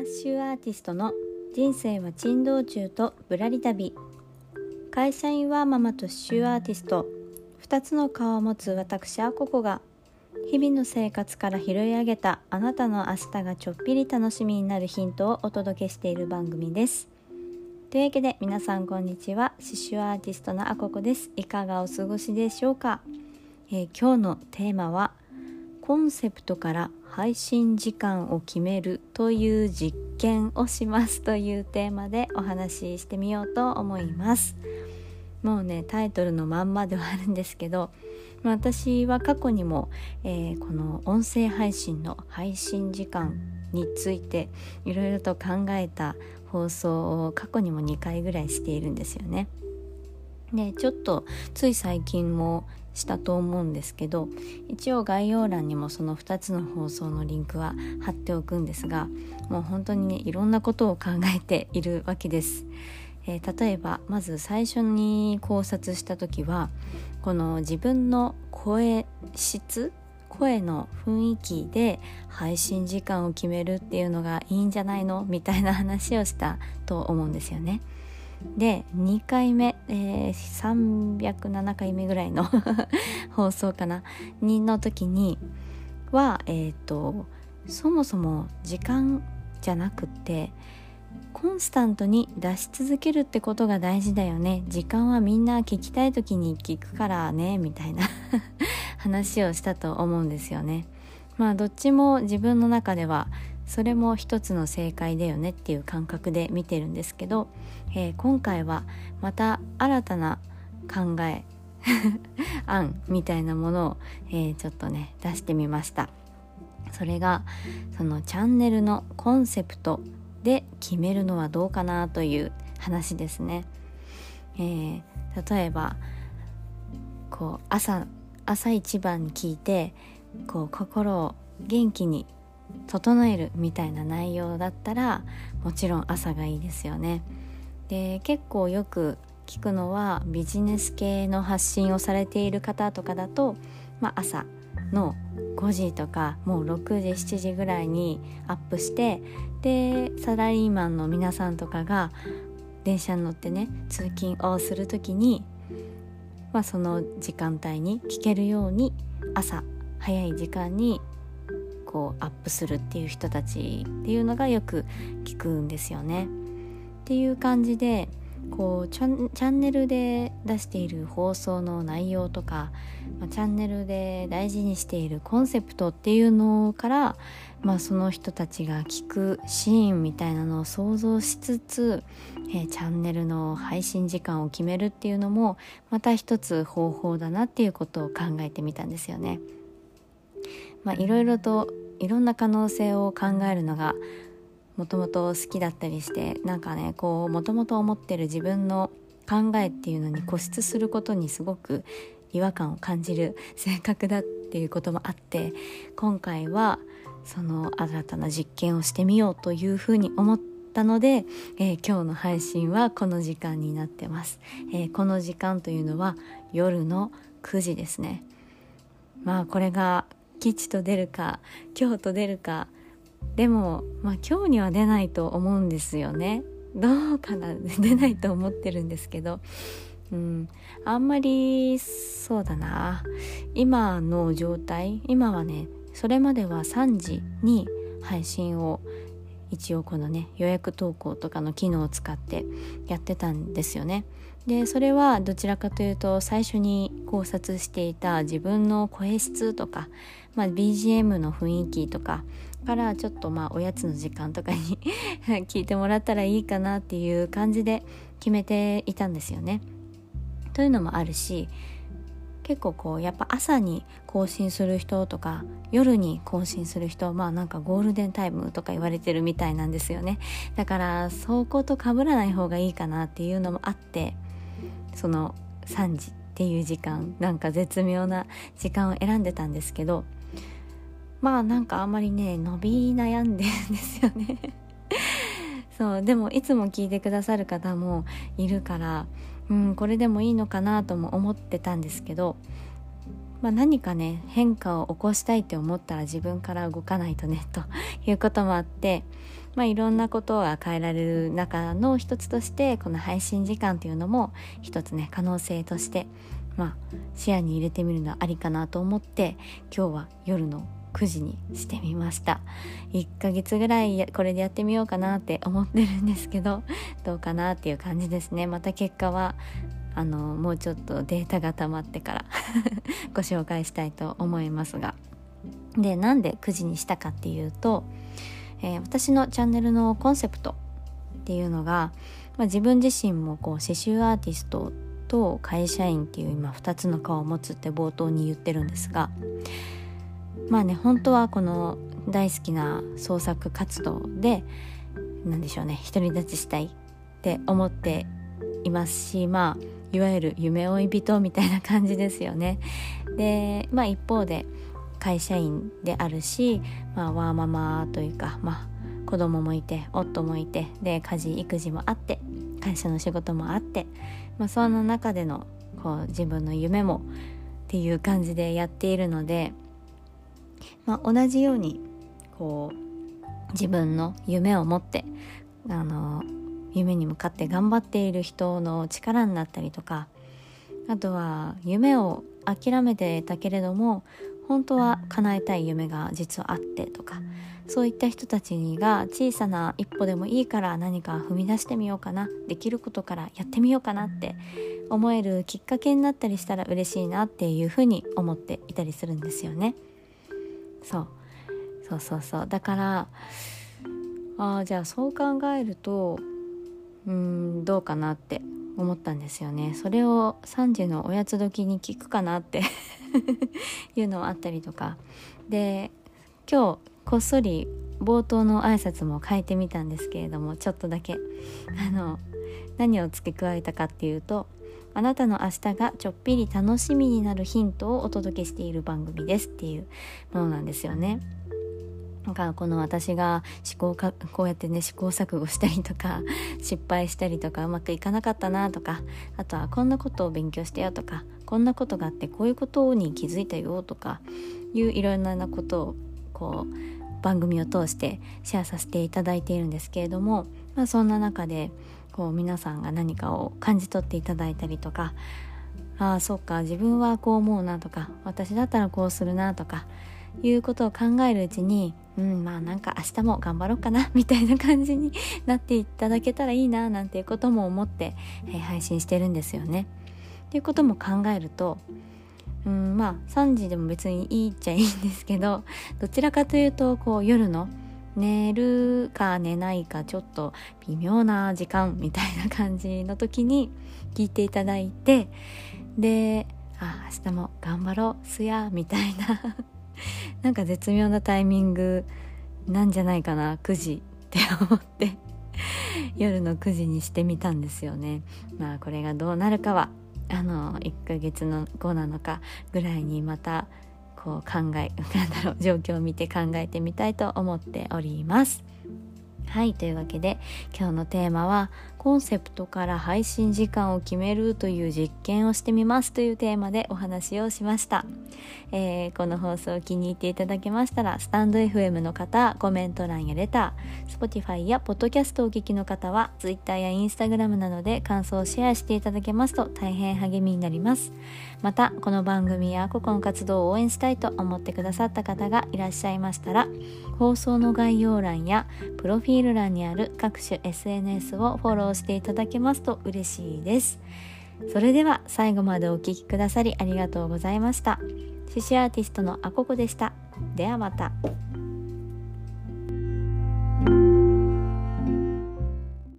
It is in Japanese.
ッシュアーティストの人生は珍道中とぶらり旅。会社員ワーママと刺繍アーティスト、2つの顔を持つ私アココが日々の生活から拾い上げたあなたの明日がちょっぴり楽しみになるヒントをお届けしている番組です。というわけで皆さんこんにちは。刺繍アーティストのアココです。いかがお過ごしでしょうか。今日のテーマはコンセプトから配信時間を決めるという実験をしますというテーマでお話ししてみようと思います。もうねタイトルのまんまではあるんですけど、私は過去にも、この音声配信の配信時間についていろいろと考えた放送を過去にも2回ぐらいしているんですよね。でちょっとつい最近もしたと思うんですけど、一応概要欄にもその2つの放送のリンクは貼っておくんですが、もう本当にねいろんなことを考えているわけです。例えばまず最初に考察した時は、この自分の声の雰囲気で配信時間を決めるっていうのがいいんじゃないのみたいな話をしたと思うんですよね。で2回目、307回目ぐらいの放送かなの時には、そもそも時間じゃなくってコンスタントに出し続けるってことが大事だよね。時間はみんな聞きたい時に聞くからねみたいな話をしたと思うんですよね。どっちも自分の中ではそれも一つの正解だよねっていう感覚で見てるんですけど、今回はまた新たな考え案みたいなものを、ちょっとね出してみました。それがそのチャンネルのコンセプトで決めるのはどうかなという話ですね。例えばこう朝一番に聞いてこう心を元気に整えるみたいな内容だったらもちろん朝がいいですよね。で結構よく聞くのはビジネス系の発信をされている方とかだと、朝の5時とかもう6時7時ぐらいにアップして、でサラリーマンの皆さんとかが電車に乗ってね通勤をする時に、その時間帯に聞けるように朝早い時間にこうアップするっていう人たちっていうのがよく聞くんですよね。っていう感じでこうチャンネルで出している放送の内容とか、チャンネルで大事にしているコンセプトっていうのから、その人たちが聞くシーンみたいなのを想像しつつ、チャンネルの配信時間を決めるっていうのもまた一つ方法だなっていうことを考えてみたんですよね。いろいろといろんな可能性を考えるのがもともと好きだったりして、こうもともと思ってる自分の考えっていうのに固執することにすごく違和感を感じる性格だっていうこともあって、今回はその新たな実験をしてみようというふうに思ったので、今日の配信はこの時間になってます。この時間というのは夜の9時ですね。これが吉と出るか今日と出るか、でも、今日には出ないと思うんですよね。どうかな出ないと思ってるんですけど、あんまりそうだな、今の状態、今はねそれまでは3時に配信を一応このね予約投稿とかの機能を使ってやってたんですよね。でそれはどちらかというと最初に考察していた自分の声質とか、BGM の雰囲気とかからちょっとおやつの時間とかに聞いてもらったらいいかなっていう感じで決めていたんですよね。というのもあるし、結構こうやっぱ朝に更新する人とか夜に更新する人、ゴールデンタイムとか言われてるみたいなんですよね。だからそこと被らない方がいいかなっていうのもあって、その3時っていう時間絶妙な時間を選んでたんですけど、あんまりね伸び悩んでるんですよねそうでもいつも聞いてくださる方もいるから、これでもいいのかなとも思ってたんですけど、何かね変化を起こしたいって思ったら自分から動かないとねということもあって、 いろんなことが変えられる中の一つとして、この配信時間っていうのも一つね、可能性として視野に入れてみるのはありかなと思って、今日は夜の9時にしてみました。1ヶ月ぐらいこれでやってみようかなって思ってるんですけど、どうかなっていう感じですね。また結果はもうちょっとデータが溜まってからご紹介したいと思いますが、でなんで9時にしたかっていうと、私のチャンネルのコンセプトっていうのが、自分自身も刺繍アーティストと会社員っていう今2つの顔を持つって冒頭に言ってるんですが、本当はこの大好きな創作活動で独り立ちしたいって思っていますし、いわゆる夢追い人みたいな感じですよね。で、一方で会社員であるし、ワーママというか、子供もいて夫もいて、で家事育児もあって、会社の仕事もあって、その中での自分の夢もっていう感じでやっているので、同じように自分の夢を持って夢に向かって頑張っている人の力になったりとか、あとは夢を諦めてたけれども本当は叶えたい夢が実はあってとか、そういった人たちが小さな一歩でもいいから何か踏み出してみようかな、できることからやってみようかなって思えるきっかけになったりしたら嬉しいなっていうふうに思っていたりするんですよね。そうだからじゃあそう考えるとどうかなって思ったんですよね。それを3時のおやつ時に聞くかなっていうのはあったりとかで、今日こっそり冒頭の挨拶も変えてみたんですけれども、ちょっとだけ何を付け加えたかっていうと、あなたの明日がちょっぴり楽しみになるヒントをお届けしている番組ですっていうものなんですよね。この私がこうやってね試行錯誤したりとか失敗したりとかうまくいかなかったなとか、あとはこんなことを勉強してよとか、こんなことがあってこういうことに気づいたよとかいういろんなことを番組を通してシェアさせていただいているんですけれども、そんな中で皆さんが何かを感じ取っていただいたりとか、そうか自分はこう思うなとか、私だったらこうするなとかいうことを考えるうちに、なんか明日も頑張ろうかなみたいな感じになっていただけたらいいななんていうことも思って、配信してるんですよね。っていうことも考えると3時でも別にいいっちゃいいんですけど、どちらかというと夜の寝るか寝ないかちょっと微妙な時間みたいな感じの時に聞いていただいて、で明日も頑張ろうすやみたいななんか絶妙なタイミングなんじゃないかな、9時って思って夜の9時にしてみたんですよね。これがどうなるかは1ヶ月後なのかぐらいにまた状況を見て考えてみたいと思っております。はい、というわけで今日のテーマはコンセプトから配信時間を決めるという実験をしてみますというテーマでお話をしました。この放送を気に入っていただけましたら、スタンド FM の方コメント欄やレター、 Spotify やポッドキャストをお聞きの方は Twitter や Instagram などで感想をシェアしていただけますと大変励みになります。またこの番組や個々の活動を応援したいと思ってくださった方がいらっしゃいましたら、放送の概要欄やプロフィール欄にある各種 SNS をフォローしていただけますと嬉しいです。それでは最後までお聞きくださりありがとうございました。刺繍アーティストのあここでした。ではまた。